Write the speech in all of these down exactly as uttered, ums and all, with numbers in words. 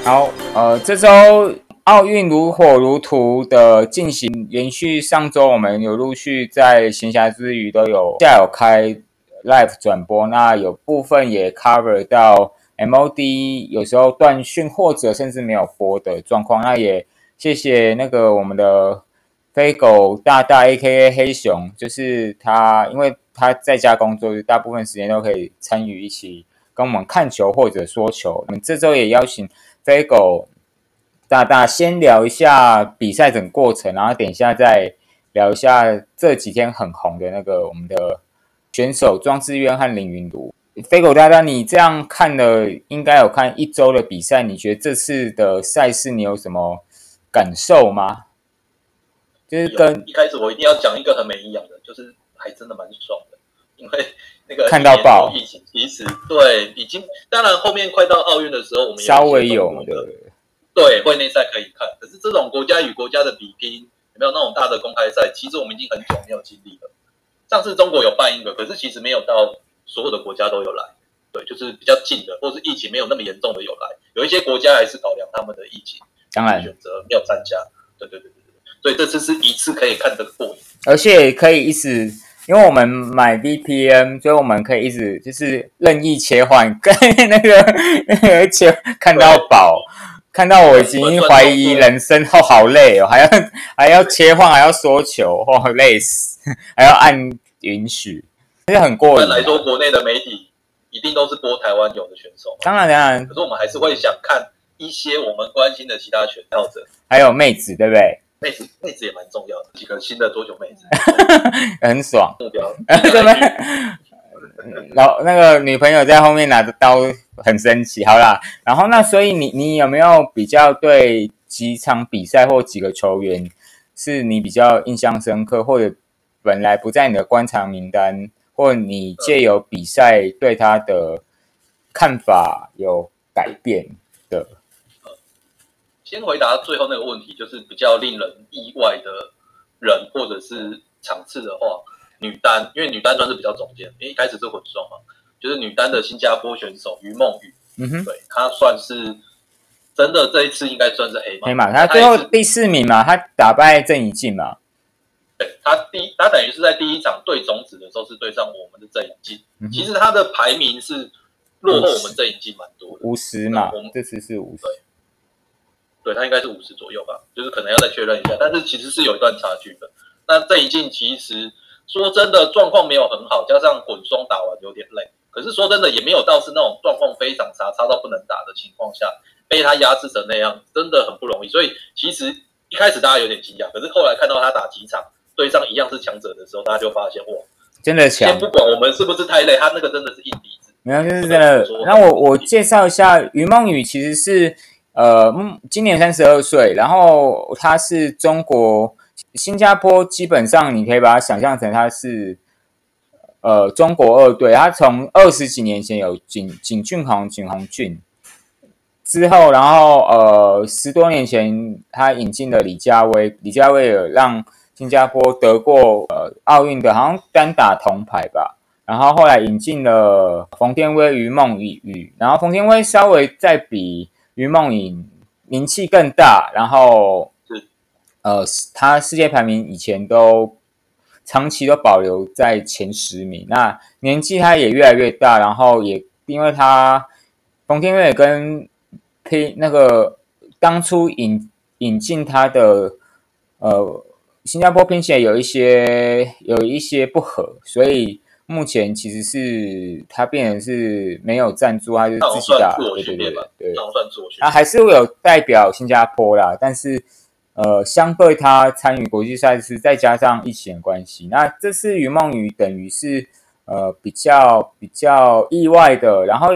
好，呃，这周奥运如火如荼的进行，延续上周我们有陆续在闲暇之余都有下有开 live 转播，那有部分也 cover 到 M O D 有时候断讯或者甚至没有播的状况，那也谢谢那个我们的飞狗大大 A K A 黑熊，就是他因为他在家工作，大部分时间都可以参与一起跟我们看球或者说球。我们这周也邀请飞狗大大先聊一下比赛整个过程，然后等一下再聊一下这几天很红的那个我们的选手庄智渊和林昀儒。飞狗大大，你这样看了，应该有看一周的比赛，你觉得这次的赛事你有什么感受吗？就是跟一开始我一定要讲一个很没营养的，就是还真的蛮爽的，因为那个看到爆疫情，其实对已经，当然后面快到奥运的时候，我们稍微有的， 对会内赛可以看，可是这种国家与国家的比拼，有没有那种大的公开赛？其实我们已经很久没有经历了。上次中国有办一个，可是其实没有到所有的国家都有来，对，就是比较近的，或是疫情没有那么严重的有来，有一些国家还是考量他们的疫情， 当然选择没有参加，对对对对。所以这次是一次可以看得过瘾， 而且可以一直，因为我们买 V P N， 所以我们可以一直就是任意切换，跟那个那个切看到饱，看到我已经怀疑人生后好累哦，还要还要切换，还要缩球，哦累死，还要按允许，这很过瘾。 来说，国内的媒体一定都是播台湾有的选手， 当然当然， 可是我们还是会想看一些我们关心的其他选手者， 还有妹子，对不对？ 妹子，妹子也蛮重要的，几个新的桌球妹子， 很爽。 目标对吗？然后那个女朋友在后面拿着刀，很生气。好啦，然后那所以你你有没有比较对几场比赛或几个球员是你比较印象深刻，或者本来不在你的观察名单，或你借由比赛对他的看法有改变的？ 先回答最后那个问题，就是比较令人意外的人或者是场次的话，女单，因为女单算是比较中间，因为一开始是混双嘛，就是女单的新加坡选手于梦雨， 嗯哼， 对，她算是真的这一次应该算是黑马， 黑马，她最后第四名嘛，她打败郑怡静嘛， 对，她第她等于是在第一场对种子的时候是对上我们的郑怡静，嗯、其实她的排名是落后我们郑怡静蛮多的， 五十嘛，我们这次是五十。 对，他应该是五十左右吧，就是可能要再确认一下，但是其实是有一段差距的。那郑怡静其实说真的状况没有很好，加上混双打完有点累，可是说真的也没有到是那种状况非常差，差到不能打的情况下，被他压制成那样，真的很不容易。所以其实一开始大家有点惊讶，可是后来看到他打几场对上一样是强者的时候，大家就发现哇， 真的强。 先不管我们是不是太累，他那个真的是硬底子。 没有，就是真的。那我我介绍一下，于梦雨其实是。呃，今年三十二岁，然后他是中国新加坡，基本上你可以把它想象成他是呃中国二队。他从二十几年前有景景俊宏、景宏俊之后，然后呃十多年前他引进了李佳薇，李佳薇有让新加坡得过呃奥运的，好像单打铜牌吧。然后后来引进了冯天薇、于梦雨，然后冯天薇稍微再比于梦颖名气更大，然后呃，他世界排名以前都长期都保留在前十名。那年纪他也越来越大，然后也因为他冯天薇跟拼那个当初引引进他的呃新加坡拼起来有一些有一些不合，所以。目前其实是他变成是没有赞助，他是自己打，对对对对，他还是会有代表新加坡啦，但是呃，相对他参与国际赛事，再加上疫情的关系，那这次于梦雨等于是呃比较比较意外的，然后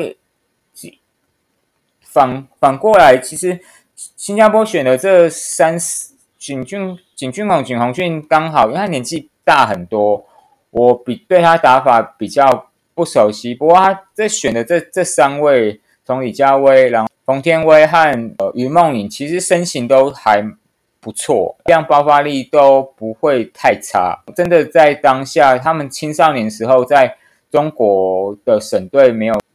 反反过来，其实新加坡选的这三景俊景俊宏、景宏俊刚好，因为他年纪大很多。我比对他打法比较不熟悉，不过他这选的这这三位，从李佳薇、然后冯天薇和呃于梦颖，其实身形都还不错，这样爆发力都不会太差。真的在当下，他们青少年时候在中国的省队没有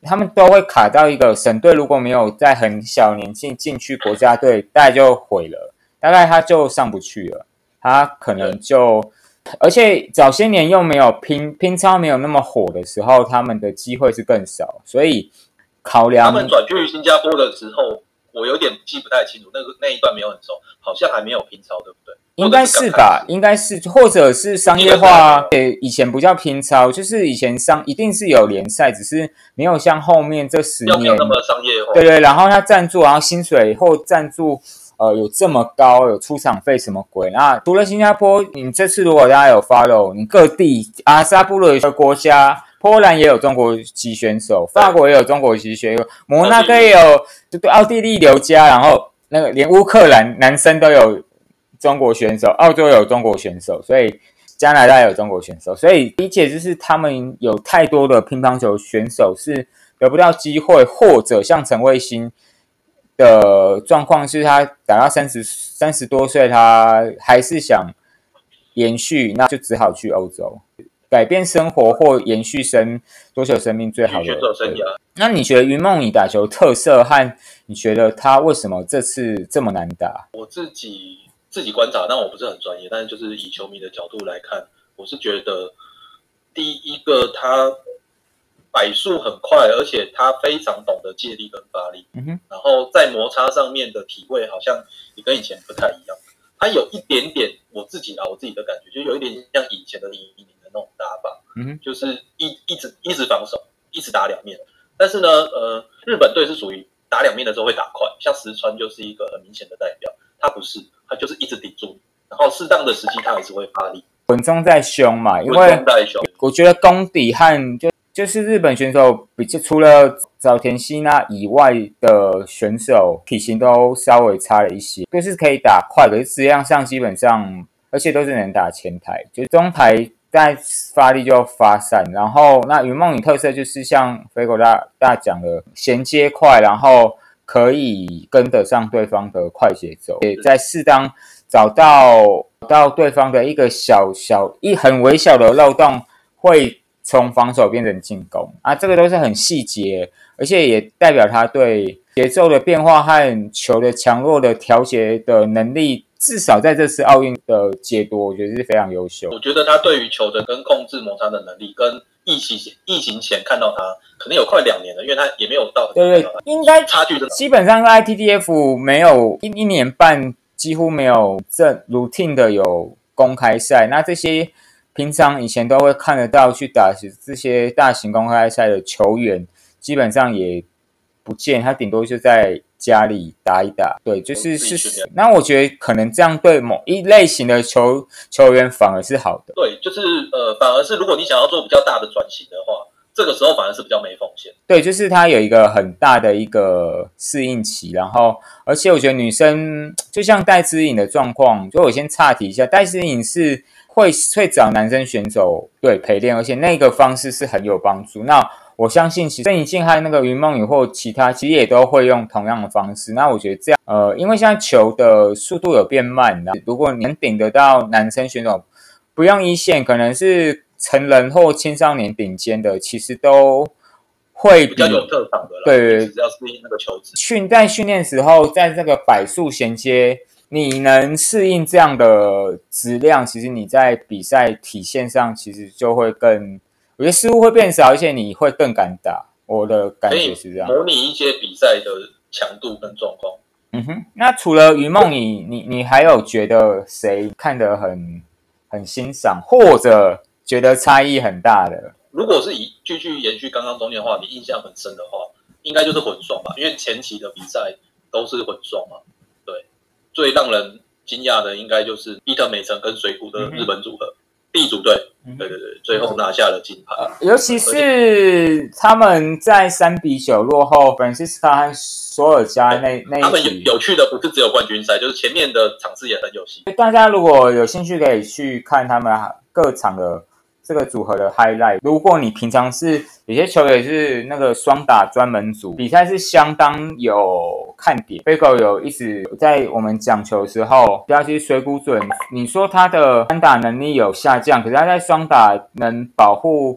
他们都会卡到一个省队，如果没有在很小年纪进去国家队，大概就毁了，大概他就上不去了，他可能就，而且早些年又没有拼拼超没有那么火的时候，他们的机会是更少，所以考量他们转去新加坡的时候，我有点记不太清楚，那个那一段没有很熟，好像还没有拼超，对不对？ 应该是吧，应该是，或者是商业化，以前不叫拼超，就是以前商一定是有联赛，只是没有像后面这十年没有那么商业化。 对对，然后他赞助，然后薪水或赞助呃有这么高，有出场费什么鬼？那除了新加坡，你这次如果大家有 follow， 你各地阿萨布鲁的国家，波兰也有中国籍选手，法国也有中国籍选手，摩纳哥也有，就对奥地利留家，然后那个连乌克兰男生都有中国选手，澳洲有中国选手，所以加拿大有中国选手，所以理解就是他们有太多的乒乓球选手是得不到机会，或者像陈卫星的状况是他打到三十三十多岁，他还是想延续，那就只好去欧洲改变生活或延续生多球生命最好的选手生涯。 那你觉得云梦怡打球特色和你觉得他为什么这次这么难打？ 我自己自己观察，但我不是很专业，但是就是以球迷的角度来看，我是觉得第一个他摆速很快，而且他非常懂得借力跟发力， 嗯哼， 然后在摩擦上面的体会好像也跟以前不太一样。他有一点点我自己啊，我自己的感觉，就有一点像以前的李一鸣的那种打法， 嗯哼， 就是一一直一直防守，一直打两面。但是呢，呃，日本队是属于打两面的时候会打快，像石川就是一个很明显的代表，他不是，他就是一直顶住，然后适当的时机他还是会发力。 稳中在凶嘛，因为我觉得功底和就就是日本选手比较除了早田希那以外的选手体型都稍微差了一些，就是可以打快，可是质量上基本上，而且都是能打前台，就中台在发力就发散。然后那云梦怡特色就是像飞狗大大讲的衔接快，然后可以跟得上对方的快节奏，也在适当找到到对方的一个小小一很微小的漏洞，会从防守变成进攻啊，这个都是很细节，而且也代表他对节奏的变化和球的强弱的调节的能力，至少在这次奥运的解夺，我觉得是非常优秀。 我觉得他对于球的跟控制摩擦的能力，跟疫情疫情前看到他可能有快两年了，因为他也没有到很对对，应该差距的基本上在 I T T F 没有一一年半几乎没有这 routine 的有公开赛，那这些平常以前都会看得到去打这些大型公开赛的球员，基本上也不见，他顶多就在家里打一打。对，就是是。那我觉得可能这样对某一类型的球球员反而是好的。 对，就是呃，反而是如果你想要做比较大的转型的话，这个时候反而是比较没风险。 对，就是他有一个很大的一个适应期，然后而且我觉得女生就像戴资颖的状况，就我先岔题一下，戴资颖是。会会找男生选手对陪练，而且那个方式是很有帮助。那我相信，其实郑怡静和那个云梦怡或其他，其实也都会用同样的方式。那我觉得这样，呃，因为现在球的速度有变慢，如果你能顶得到男生选手，不用一线，可能是成人或青少年顶尖的，其实都会比较有特长的啦。 对， 只要适应那个球质。 训在训练时候，在这个摆速衔接。你能适应这样的质量，其实你在比赛体现上其实就会更，我觉得失误会变少，而且你会更敢打。我的感觉是这样。 模拟一些比赛的强度跟状况。 嗯哼，那除了云梦怡，你你还有觉得谁看得很很欣赏，或者觉得差异很大的？ 如果是以继续延续刚刚中间的话，你印象很深的话，应该就是混双吧，因为前期的比赛都是混双嘛。最让人惊讶的应该就是伊藤美诚跟水谷的日本组合、嗯、B 组队，对对对，最后拿下了金牌。 呃、尤其是他们在三比九落后 Francisca 和索尔加那那一局， 他们 有, 有趣的不是只有冠军赛，就是前面的场次也很有戏。 大家如果有兴趣，可以去看他们各场的这个组合的 highlight。如果你平常是有些球员是那个双打专门组，比赛是相当有看点。飞狗有一直在我们讲球的时候，尤其是水谷准，你说他的单打能力有下降，可是他在双打能保护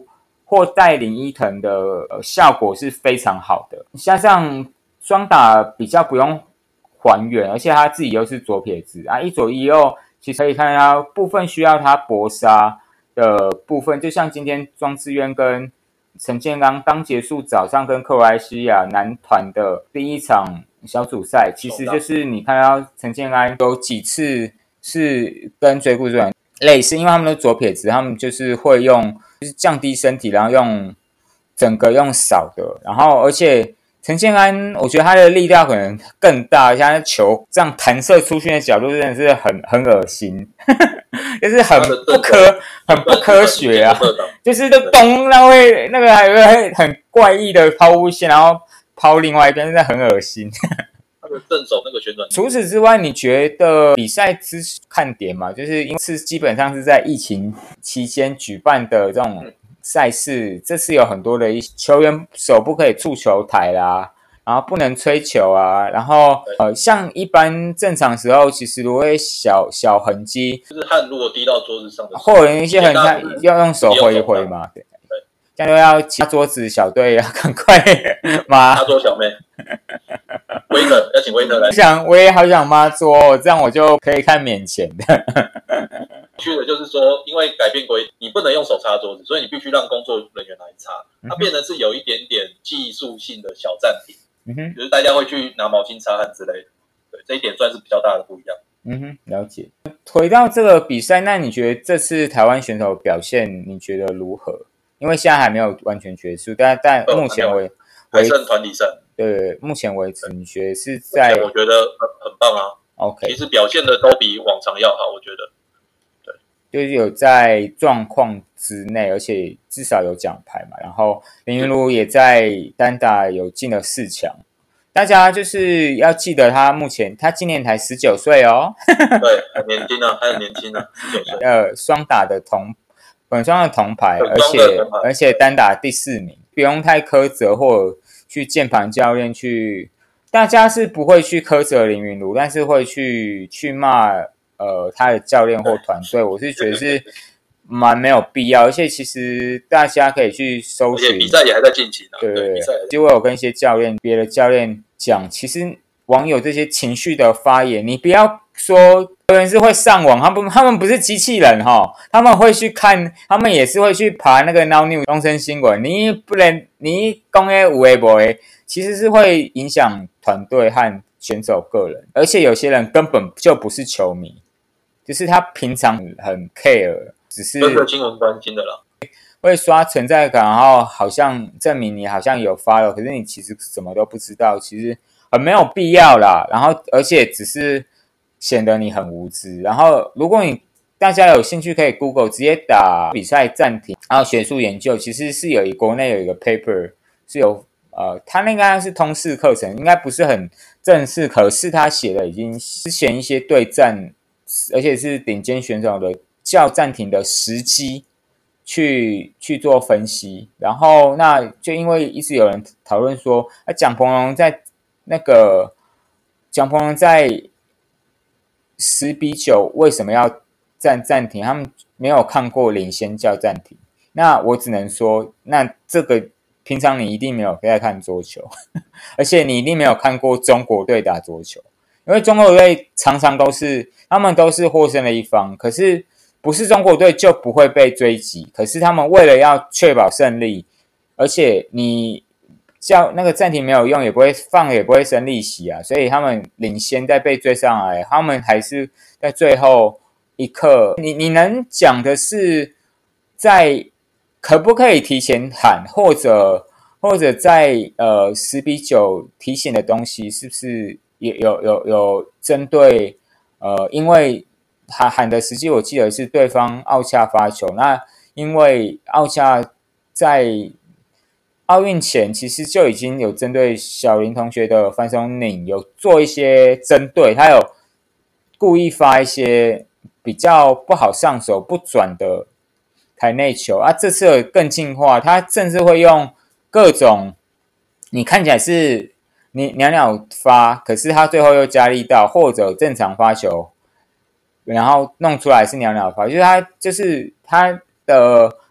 或带领伊藤的、呃、效果是非常好的。加上双打比较不用还原，而且他自己又是左撇子啊，一左一右，其实可以看到部分需要他搏杀的部分，就像今天庄智渊跟陈建刚刚结束早上跟克罗埃西亚男团的第一场小组赛，其实就是你看到陈建安有几次是跟追顾主人类似，因为他们的左撇子，他们就是会用就是降低身体，然后用整个用扫的，然后而且陈建安，我觉得他的力量可能更大，像球这样弹射出去的角度真的是很很恶心，就是很不科很不科学啊，就是都咚，那会那个还会很怪异的抛物线，然后抛另外一边，真的很恶心。 他的正手那个旋转。 除此之外，你觉得比赛之看点嘛？就是因为是基本上是在疫情期间举办的这种赛事，这次有很多的球员手不可以触球台啦，然后不能吹球啊，然后呃，像一般正常时候，其实如果会小小痕迹， 就是汗如果滴到桌子上的， 或者一些很像要用手挥一挥嘛，对。这样就要擦桌子，小队要赶快抹。 擦桌小妹，威特要请威特来。 想我也好想抹桌，这样我就可以看免钱的。 去的就是说，因为改变规，你不能用手擦桌子，所以你必须让工作人员来擦。它变成是有一点点技术性的小暂停，嗯哼，就是大家会去拿毛巾擦汗之类的。对，这一点算是比较大的不一样。 嗯哼，了解。回到这个比赛，那你觉得这次台湾选手表现，你觉得如何？因为现在还没有完全结束，但但目前为还剩团体赛。 对，目前为止，你觉得是在？ 我觉得很很棒啊。 OK， 其实表现的都比往常要好，我觉得。对， 就是有在状况之内，而且至少有奖牌嘛。然后林昀儒也在单打有进了四强。大家就是要记得，他目前他今年才十九岁哦。 对，很年轻啊，还很年轻啊，十九岁。 呃，双打的铜。本双的铜牌，而且而且单打第四名，不用太苛责或者去键盘教练去，大家是不会去苛责林昀儒，但是会去去骂呃他的教练或团队，我是觉得是蛮没有必要，而且其实大家可以去搜寻， 而且比赛也还在进行啊， 对对对， 其实我有跟一些教练、别的教练讲，其实网友这些情绪的发言，你不要说。有人是会上网，他们他们不是机器人哈，他们会去看，他们也是会去爬那个 Now News 东森新闻。你不能，你讲的有的没的，其实是会影响团队和选手个人，而且有些人根本就不是球迷，就是他平常很 care， 只是跟着新闻关心的啦， 会刷存在感，然后好像证明你好像有 follow， 可是你其实什么都不知道，其实很没有必要啦。然后而且只是。显得你很无知，然后如果你大家有兴趣可以 Google 直接打比赛暂停，然后学术研究其实是有一国内有一个 paper 是有呃，他那应该是通识课程，应该不是很正式，可是他写的已经之前一些对战，而且是顶尖选手的叫暂停的时机去去做分析，然后那就因为一直有人讨论说，啊蒋鹏龙在那个蒋鹏龙在十比九为什么要暂暂停？他们没有看过领先叫暂停。那我只能说，那这个平常你一定没有在看桌球，而且你一定没有看过中国队打桌球，因为中国队常常都是他们都是获胜的一方，可是不是中国队就不会被追击。可是他们为了要确保胜利，而且你。叫那个暂停没有用，也不会放，也不会生利息啊，所以他们领先再被追上来，他们还是在最后一刻。你你能讲的是，在可不可以提前喊，或者或者在呃十比九提醒的东西，是不是也有有有针对呃，因为喊喊的时机，我记得是对方奥恰发球，那因为奥恰在。奥运前其实就已经有针对小林同学的翻松拧有做一些针对，他有故意发一些比较不好上手不转的台内球啊。这次更进化，他甚至会用各种你看起来是你袅袅发，可是他最后又加力道，或者正常发球，然后弄出来是袅袅发，就是他就是他的。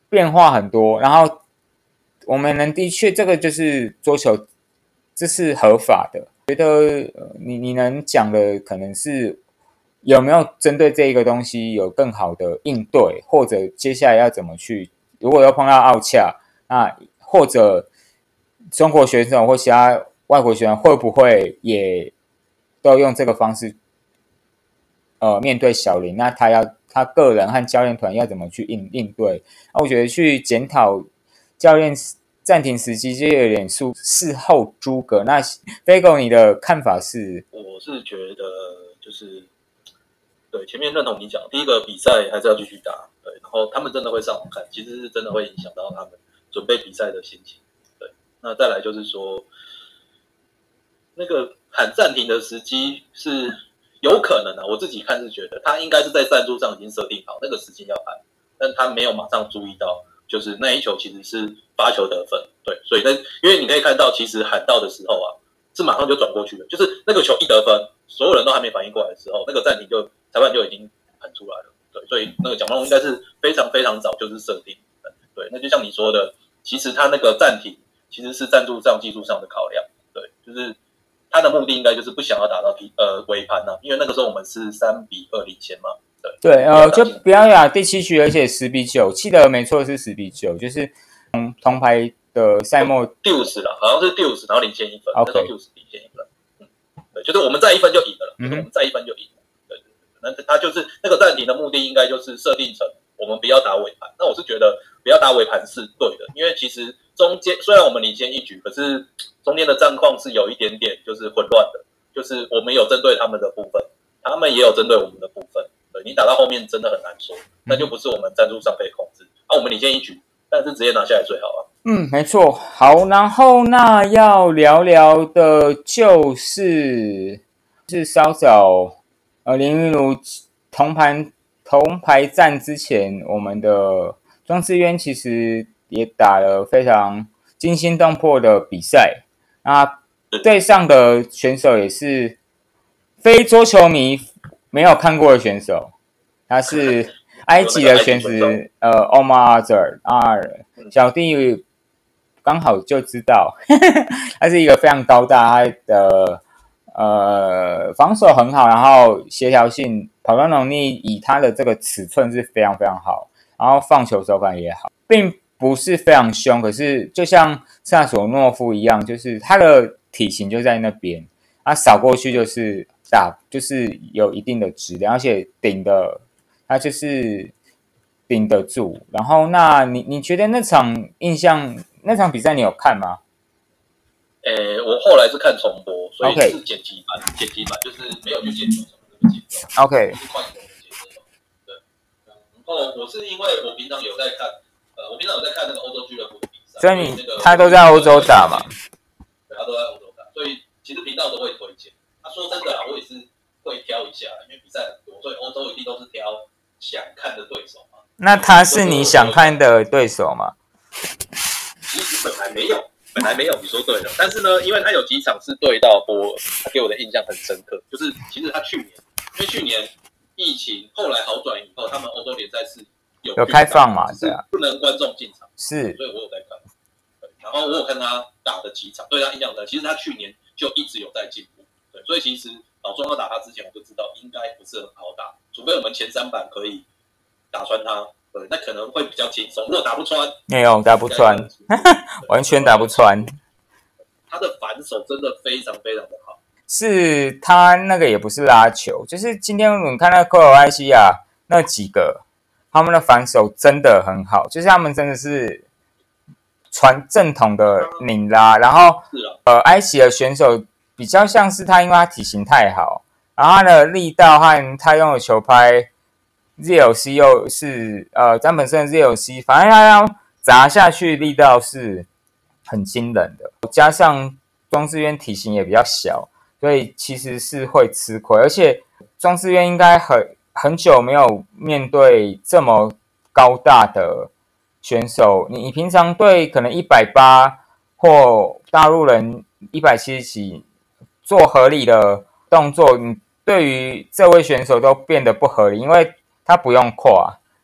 变化很多，然后我们能的确这个就是桌球，这是合法的。觉得、呃、你你能讲的可能是有没有针对这一个东西有更好的应对，或者接下来要怎么去，如果要碰到奥恰，那或者中国选手或其他外国选手会不会也都用这个方式呃面对小林？那他要他个人和教练团要怎么去应应对？那我觉得去检讨教练暂停时机就有点事事后诸葛。那 Fago 你的看法是？ 我是觉得就是对前面认同你讲，第一个比赛还是要继续打，对，然后他们真的会上网看，其实是真的会影响到他们准备比赛的心情，对。那再来就是说，那个喊暂停的时机是有可能啊，我自己看是觉得他应该是在战术上已经设定好那个时间要喊，但他没有马上注意到，就是那一球其实是发球得分，对，所以那因为你可以看到，其实喊到的时候啊，是马上就转过去了，就是那个球一得分，所有人都还没反应过来的时候，那个暂停就裁判就已经喊出来了，对，所以那个蒋梦龙应该是非常非常早就是设定，对，那就像你说的，其实他那个暂停其实是战术上技术上的考量，对，就是他的目的应该就是不想要打到呃尾盘啊，因为那个时候我们是三比二领先嘛，对， 对，呃，就不要打第七局，而且十比九，记得没错是十比九，就是铜铜牌的赛末第五十了，好像是第五十，然后领先一分， OK， 那时候第五十领先一分，嗯，对，就是我们再一分就赢了，就是我们再一分就赢了，对对对，那他就是那个暂停的目的应该就是设定成我们不要打尾盘，那我是觉得不要打尾盘是对的，因为其实中间虽然我们领先一局，可是中间的战况是有一点点就是混乱的，就是我们有针对他们的部分，他们也有针对我们的部分，对，你打到后面真的很难说，那就不是我们战术上可以控制，啊，我们领先一局，但是直接拿下来最好啊。 嗯，没错。好，然后那要聊聊的就是是稍早呃林昀儒铜牌铜牌战之前，我们的庄智渊其实也打了非常惊心动魄的比赛。那对上的选手也是非桌球迷没有看过的选手，他是埃及的选手呃 Omar Azar 啊，小弟刚好就知道，呵呵，他是一个非常高大，他的呃防守很好，然后协调性、跑动能力以他的这个尺寸是非常非常好，然后放球手感也好，并不是非常凶，可是就像萨索诺夫一样，就是他的体型就在那边，他扫过去就是打，就是有一定的质量，而且顶的他就是顶得住。然后，那你你觉得那场印象？那场比赛你有看吗？ 诶，我后来是看重播，所以是剪辑版， okay. 剪辑版就是没有去剪球什么这个节奏 ，OK， 是快球的节奏，对。然后我是因为我平常有在看，呃，我平常有在看那个欧洲俱乐部的比赛， 所以你、 那个、 他都在欧洲打嘛？ 对，他都在欧洲打，所以其实频道都会推荐。他、啊、说真的啦，我也是会挑一下，因为比赛很多，所以欧洲一定都是挑想看的对手嘛。那他是你想看的对手吗？ 其实本来没有，本来没有，你说对了。但是呢，因为他有几场是对到波尔，他给我的印象很深刻。就是其实他去年，因为去年疫情后来好转以后，他们欧洲联赛是有有开放嘛？对啊， 不能观众进场， 是， 所以我有在看。对，然后我有看他打的几场，对他印象的，其实他去年就一直有在进步。对，所以其实老庄要打他之前，我就知道应该不是很好打，除非我们前三板可以打穿他。对，那可能会比较轻松。如果打不穿， 没有打不穿，完全打不穿。 他的反手真的非常非常的好。 是他那个也不是拉球，就是今天我们看到克罗埃西亚那几个，他们的反手真的很好，就是他们真的是传正统的拧拉，然后呃，埃及的选手比较像是他，因为他体型太好，然后他的力道和他用的球拍。Z L C 又是呃詹本森的 Z L C， 反正他要砸下去力道是很惊人的，加上庄智渊体型也比较小，所以其实是会吃亏，而且庄智渊应该很很久没有面对这么高大的选手，你你平常对可能一百八十或大陆人一百七十几做合理的动作，你对于这位选手都变得不合理，因为他不用跨，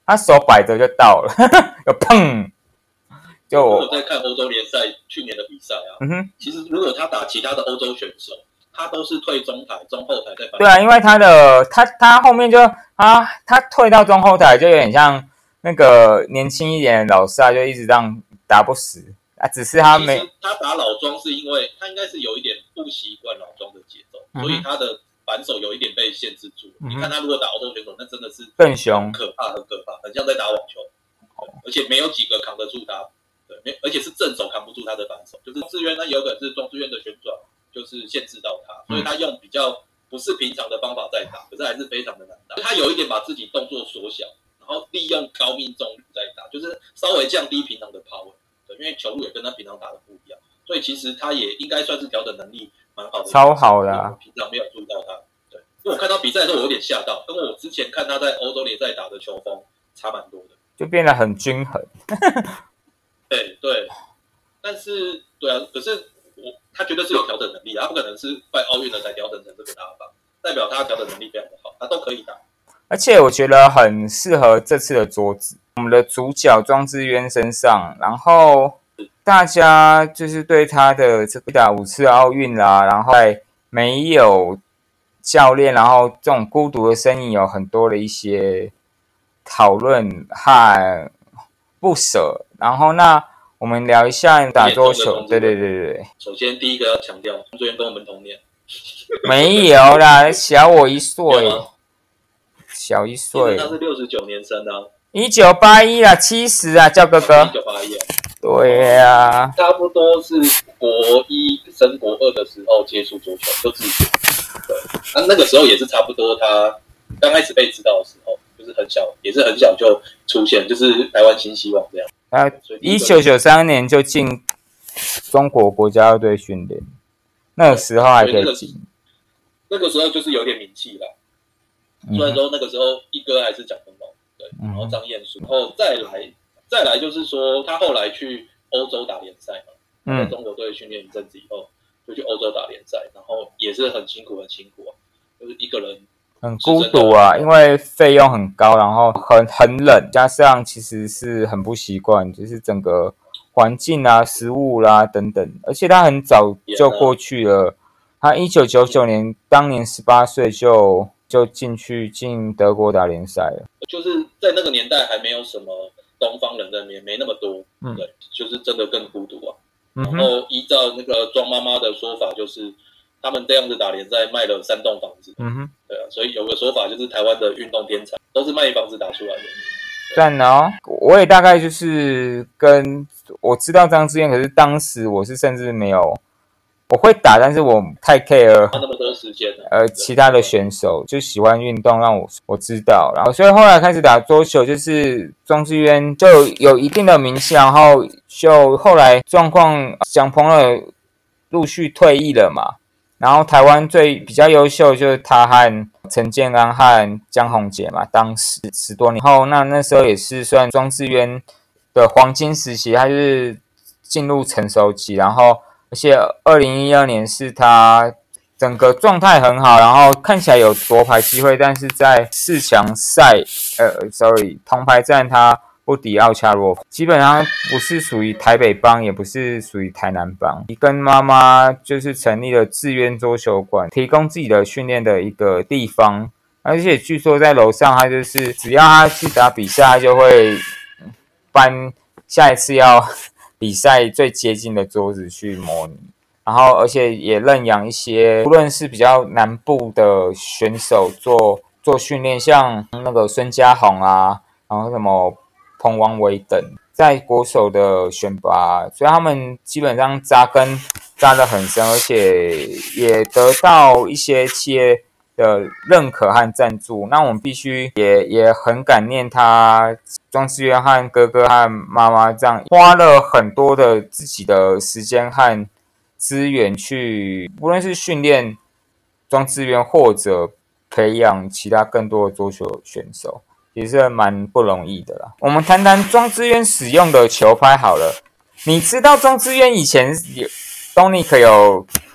他手摆着就到了，有砰。就我有在看欧洲联赛去年的比赛啊， 嗯哼， 其实如果他打其他的欧洲选手，他都是退中台、中后台再反。 对啊，因为他的他他后面就啊，他退到中后台就有点像那个年轻一点的老萨，就一直这样打不死啊。只是他没， 其实他打老庄是因为他应该是有一点不习惯老庄的节奏，嗯、所以他的反手有一点被限制住。嗯、你看他如果打欧洲选手，那真的是更凶， 很可怕，很可怕，很像在打网球，而且没有几个扛得住他。对，而且是正手扛不住他的反手，就是志渊，他有可能是庄智渊的旋转，就是限制到他，所以他用比较不是平常的方法在打，可是还是非常的难打。他有一点把自己动作缩小，然后利用高命中率在打，就是稍微降低平常的 power。对，因为球路也跟他平常打的不一样，所以其实他也应该算是调整能力蛮好的， 超好的、啊。 平常没有注意到他，对，因为我看到比赛的时候我有点吓到，跟我之前看他在欧洲联赛打的球风差蛮多的， 就变得很均衡。 对对。但是，对啊，可是我他绝对是有调整能力，他不可能是拜奥运了才调整成这个打法，代表他调整能力非常的好，他都可以打。 而且我觉得很适合这次的桌子，我们的主角庄智渊身上，然后大家就是对他的这个打五次奥运啦，然后在没有教练，然后这种孤独的身影有很多的一些讨论和不舍，然后那。我们聊一下打桌球，对对对对。 首先，第一个要强调，庄智渊跟我们同年， 没有啦，小我一岁，小一岁。 他是六十九年生的、啊， 一九八一啦，七十啊，叫哥哥。 一九八一啊。 对啊， 差不多是国一升国二的时候接触桌球，就自学。对，那、啊、那个时候也是差不多他刚开始被知道的时候，就是很小，也是很小就出现，就是台湾新希望这样。 他一九九三年就进中国国家队训练，那个时候还可以进、 那個。那个时候就是有点名气啦。虽然说那个时候一哥还是蒋鹏龙，对，然后张彦书，然后再来再来就是说他后来去欧洲打联赛嘛，在中国队训练一阵子以后，就去欧洲打联赛，然后也是很辛苦很辛苦啊，就是一个人。 很孤独啊，因为费用很高，然后很很冷，加上其实是很不习惯，就是整个环境啊、食物啦、啊、等等，而且他很早就过去了，他一九九九年当年十八岁就就进去进德国打联赛了， 就是在那个年代还没有什么东方人的面，没那么多，嗯，对，就是真的更孤独啊。嗯、然后依照那个庄妈妈的说法，就是他们这样子打联赛卖了三栋房子，嗯哼。对啊，所以有个说法就是台湾的运动天才都是卖房子打出来的。 赞哦！我也大概就是跟我知道张智渊，可是当时我是甚至没有，我会打，但是我太 care 那么多时间， 呃，其他的选手就喜欢运动，让我我知道，然后所以后来开始打桌球，就是庄智渊就有一定的名气，然后就后来状况蒋鹏了陆续退役了嘛。然后台湾最比较优秀就是他和陈建安和江宏杰嘛，当时十多年后，那那时候也是算庄智渊的黄金时期，他就是进入成熟期，然后而且二零一二年是他整个状态很好，然后看起来有夺牌机会，但是在四强赛，呃 ，sorry， 铜牌战他不敌奥恰洛夫，基本上不是属于台北帮，也不是属于台南帮。跟妈妈就是成立了智渊桌球馆，提供自己的训练的一个地方。而且据说在楼上，他就是只要他去打比赛，他就会搬下一次要比赛最接近的桌子去模拟。然后，而且也认养一些，无论是比较南部的选手做做训练，像那个孙家宏啊，然后什么彭王维等，在国手的选拔，所以他们基本上扎根扎得很深，而且也得到一些企业的认可和赞助。那我们必须也也很感念他庄智渊和哥哥和妈妈这样花了很多的自己的时间和资源去，无论是训练庄智渊或者培养其他更多的桌球选手，也是蛮不容易的啦。我们谈谈庄智渊使用的球拍好了。你知道庄智渊以前有 Donic 有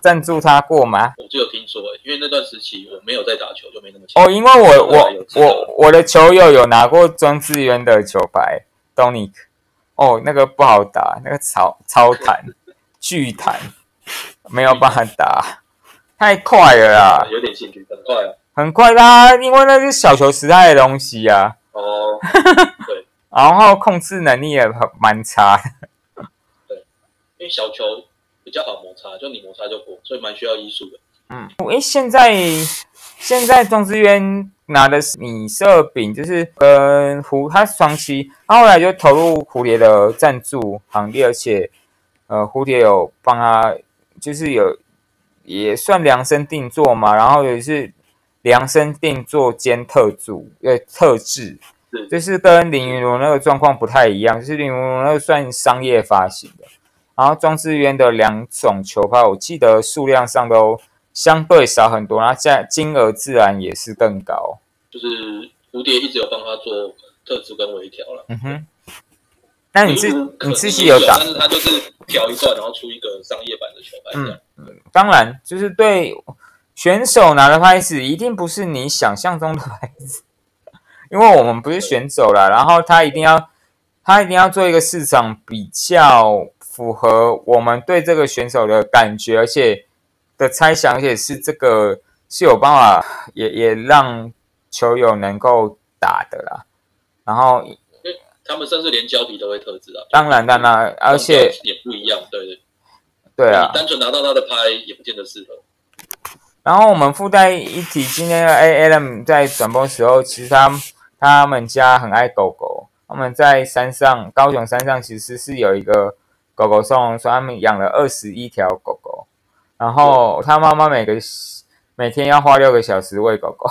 赞助他过吗？ 我就有听说、欸，因为那段时期我没有在打球，就没那么强。 哦，因为我我我我的球友有拿过庄智渊的球拍 ，Donic， 哦，那个不好打，那个超超弹，巨弹，没有办法打，太快了啦， 有点兴趣，很快啊， 很快啦，因为那是小球时代的东西啊。 哦，对， 然后控制能力也蛮差的。 对，因为小球比较好摩擦，就你摩擦就过，所以蛮需要医术的。 嗯，诶，现在现在庄智渊拿的是米色饼，就是跟蝴他双期，他后来就投入蝴蝶的赞助行列，而且呃蝴蝶有帮他，就是有也算量身定做嘛，然后也是量身定做兼特助，呃特制。就是跟林云儒那个状况不太一样，就是林云儒那个算商业发行的，然后庄智渊的两种球拍，我记得数量上都相对少很多，然后价金额自然也是更高。 就是蝴蝶一直有帮他做特制跟微调了。 嗯哼，那你自你自己有打？ 但是他就是调一段，然后出一个商业版的球拍这样。 嗯，嗯当然就是对选手拿的拍子，一定不是你想象中的拍子。因为我们不是选手啦，然后他一定要他一定要做一个市场比较符合我们对这个选手的感觉，而且的猜想，而且是这个是有办法也也让球友能够打的啦。然后， 他们甚至连胶皮都会特制啊。 当然，当然，而且也不一样，对对。 对啊， 你单纯拿到他的拍也不见得适合。 然后我们附带一提，今天的 A L 在转播的时候，其实他他们家很爱狗狗，他们在山上，高雄山上其实是有一个狗狗收容所，他们养了二十一条狗狗，然后他妈妈每个每天要花六个小时喂狗狗，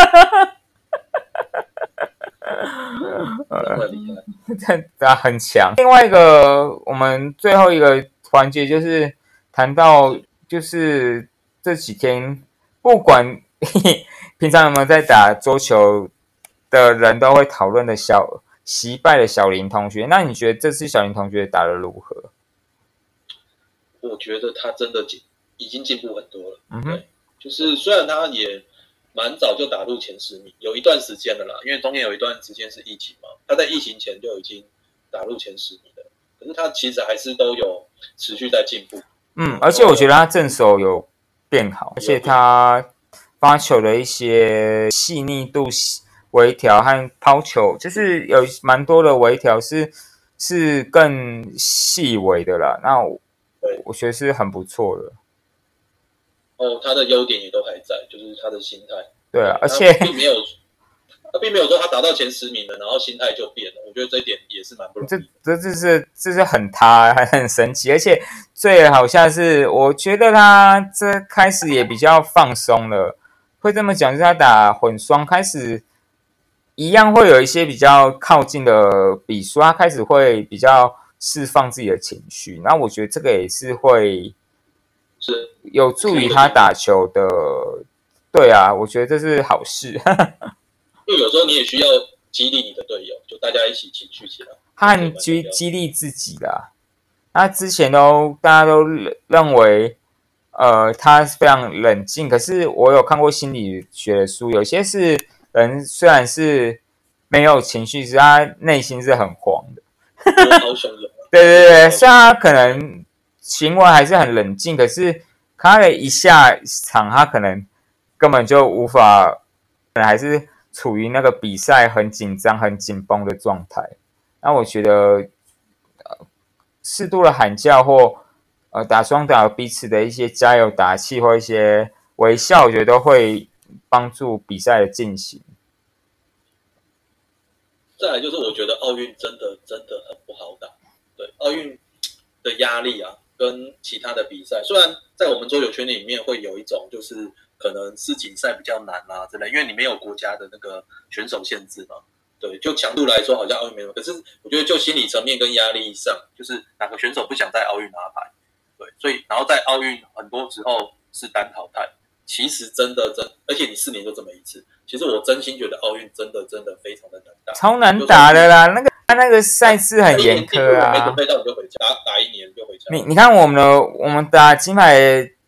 很厉害，他很强。另外一个，我们最后一个环节就是谈到，就是这几天不管平常有没有在打桌球的人都会讨论的小惜败的小林同学，那你觉得这次小林同学打得如何？ 我觉得他真的已经进步很多了。 嗯哼， 就是虽然他也蛮早就打入前十名，有一段时间了啦，因为中间有一段时间是疫情嘛，他在疫情前就已经打入前十名了，可是他其实还是都有持续在进步。 嗯，而且我觉得他正手有变好，而且他发球的一些细腻度、微调和抛球，就是有蛮多的微调是是更细微的啦。那我我觉得是很不错的。 哦，他的优点也都还在，就是他的心态。 对啊，而且并没有，他并没有说他达到前十名了，然后心态就变了。我觉得这一点也是蛮不容易的。 这这这是这是很他很神奇，而且最好像是我觉得他这开始也比较放松了。会这么讲，就是他打混双开始一样会有一些比较靠近的比数，他开始会比较释放自己的情绪。那我觉得这个也是会是有助于他打球的。对啊，我觉得这是好事。 因为有时候你也需要激励你的队友，就大家一起情绪起来， 和激激励自己啦。他之前都大家都认为，呃，他非常冷静。可是我有看过心理学的书，有些是人虽然是没有情绪，是他内心是很慌的。 好汹涌。 对对对，虽然他可能行为还是很冷静，可是他的一下场，他可能根本就无法，可能还是处于那个比赛很紧张、很紧绷的状态。那我觉得，呃，适度的喊叫或呃打双打彼此的一些加油打气或一些微笑，我觉得都会帮助比赛的进行。 再来就是我觉得奥运真的真的很不好打，对奥运的压力啊，跟其他的比赛，虽然在我们桌球圈里面会有一种就是可能世锦赛比较难啊之类，因为你没有国家的那个选手限制嘛，对，就强度来说好像奥运没有，可是我觉得就心理层面跟压力上，就是哪个选手不想在奥运拿牌，对，所以然后在奥运很多时候是单淘汰，其实真的真，而且你四年就这么一次。其实我真心觉得奥运真的真的非常的难打， 超难打的啦！那个他那个赛制很严苛啊， 没准备到你就回家，打打一年就回家。 你你看我们的我们打金牌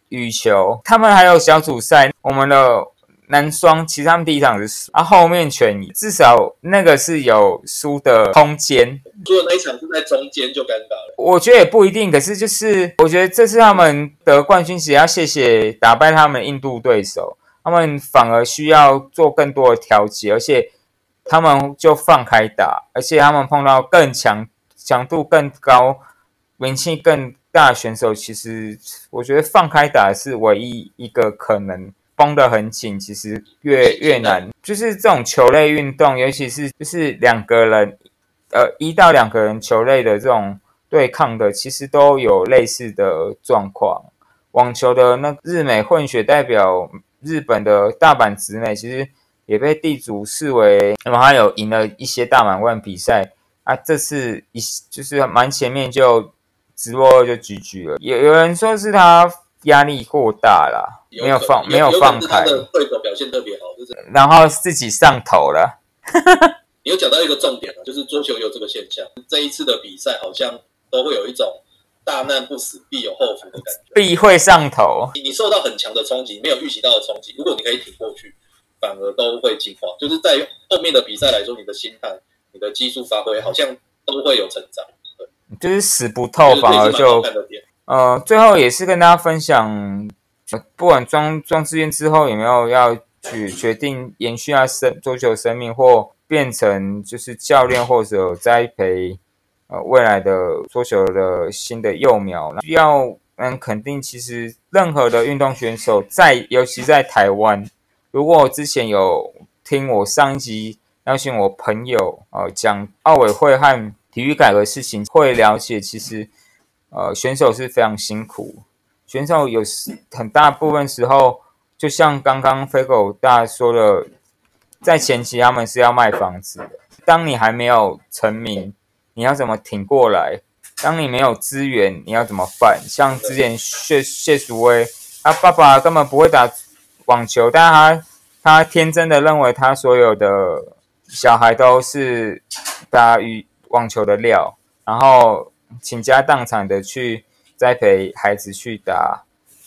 羽球，他们还有小组赛，我们的男双其实他们第一场是输，啊后面全赢，至少那个是有输的空间。 输的那一场是在中间就尴尬了。 我觉得也不一定，可是就是我觉得这次他们得冠军，其实要谢谢打败他们印度对手，他们反而需要做更多的调节，而且他们就放开打，而且他们碰到更强、强度更高、名气更大的选手，其实我觉得放开打是唯一一个可能。绷得很紧，其实越越难。就是这种球类运动，尤其是就是两个人，呃，一到两个人球类的这种对抗的，其实都有类似的状况。网球的那日美混血代表日本的大阪直美，其实也被地主视为，那么他有赢了一些大满贯比赛啊，这次一就是蛮前面就直落就 G G 了。有有人说是他压力过大啦，没有放没有放开， 他的对手表现特别好，就是然后自己上头了。 你有讲到一个重点啊，就是桌球有这个现象，这一次的比赛好像都会有一种大难不死必有后福的感觉， 必会上头。 你受到很强的冲击，没有预期到的冲击，如果你可以挺过去，反而都会进化。就是在后面的比赛来说，你的心态、你的技术发挥，好像都会有成长。对， 就是死不透，反而就呃，最后也是跟大家分享，不管庄庄智渊之后有没有要去决定延续他生桌球生命，或变成就是教练或者栽培呃未来的桌球的新的幼苗，需要嗯肯定，其实任何的运动选手在，尤其在台湾，如果我之前有听我上一集邀请我朋友呃讲奥委会和体育改革事情，会了解其实。呃，选手是非常辛苦，选手有很大部分时候，就像刚刚飞狗大说的，在前期他们是要卖房子的。当你还没有成名，你要怎么挺过来？当你没有资源，你要怎么办？像之前谢谢淑薇，他爸爸根本不会打网球，但他他天真的认为他所有的小孩都是打羽网球的料，然后。倾家荡产的去栽培孩子去打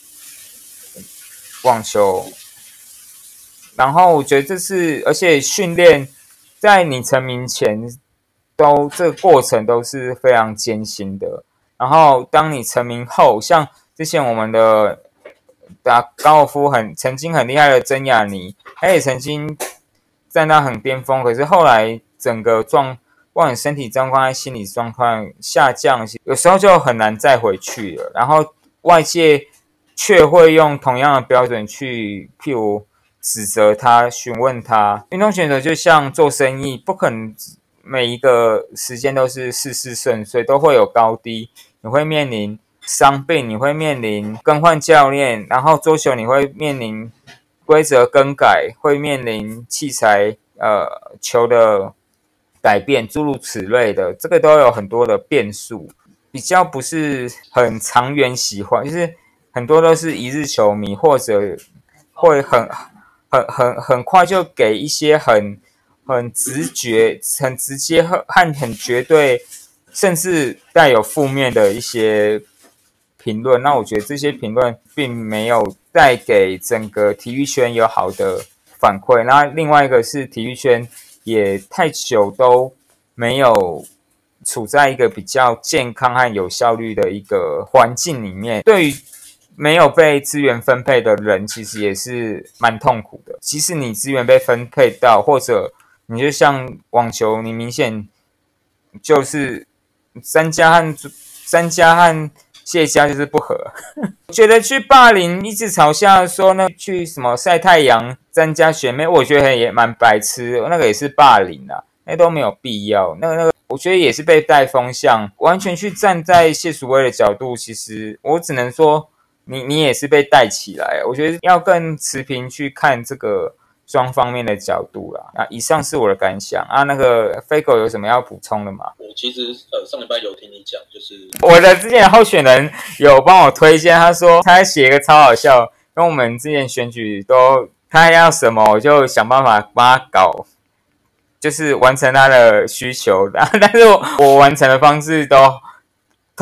网球，然后我觉得这是，而且训练在你成名前都这个过程都是非常艰辛的。然后当你成名后，像之前我们的打高尔夫很曾经很厉害的曾雅妮，她也曾经站到很巅峰，可是后来整个状。不管身体状况和心理状况下降，有时候就很难再回去了。然后外界却会用同样的标准去，譬如指责他、询问他。运动选手就像做生意，不可能每一个时间都是事事顺遂，都会有高低。你会面临伤病，你会面临更换教练，然后桌球你会面临规则更改，会面临器材呃球的。改变诸如此类的，这个都有很多的变数，比较不是很长远喜欢，就是很多都是一日球迷，或者会很很很很快就给一些很很直觉、很直接和很绝对，甚至带有负面的一些评论。那我觉得这些评论并没有带给整个体育圈有好的反馈。那另外一个是体育圈。也太久都没有处在一个比较健康和有效率的一个环境里面，对于没有被资源分配的人，其实也是蛮痛苦的。即使你资源被分配到，或者你就像网球，你明显就是三家和三家和谢家就是不合。觉得去霸凌，一直嘲笑说那去什么晒太阳。詹家学妹，我觉得也蛮白痴，那个也是霸凌啊，那都没有必要。那个那个，我觉得也是被带风向，完全去站在谢淑薇的角度，其实我只能说你，你你也是被带起来。我觉得要更持平去看这个双方面的角度啦。那以上是我的感想啊。那个飞狗有什么要补充的吗？ 我其实呃上礼拜有听你讲，就是我的之前的候选人有帮我推荐，他说他写一个超好笑，跟我们之前选举都。他要什么，我就想办法帮他搞，就是完成他的需求。但是我我完成的方式都通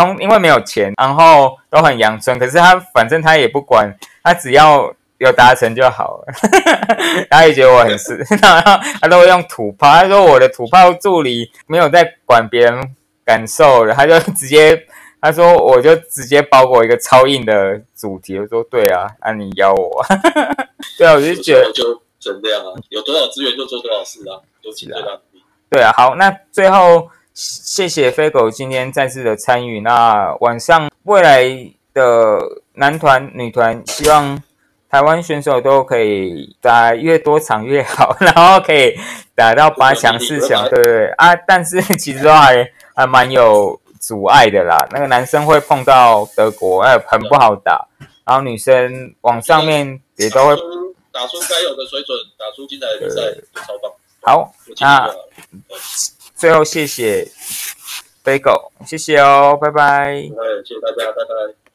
通因为没有钱，然后都很阳春，可是他反正他也不管，他只要有达成就好了。他也觉得我很是，然后他都会用土炮，他说我的土炮助理没有在管别人感受了，他就直接他说我就直接包裹一个超硬的主题，我说对啊，那、啊、你邀我，对啊，我就觉得就整这样啊，有多少资源就做多少事啊，有尽最大努力。 对啊，好，那最后谢谢飞狗今天再次的参与。那晚上未来的男团、女团，希望台湾选手都可以打越多场越好，然后可以打到八强、四强，对对对啊。但是其实都还还蛮有阻碍的啦。那个男生会碰到德国，哎，很不好打。然后女生往上面也都会打出该有的水准，打出精彩的比赛，超棒。 好，那最后谢谢飞狗，谢谢哦，拜拜。 谢谢大家，拜拜。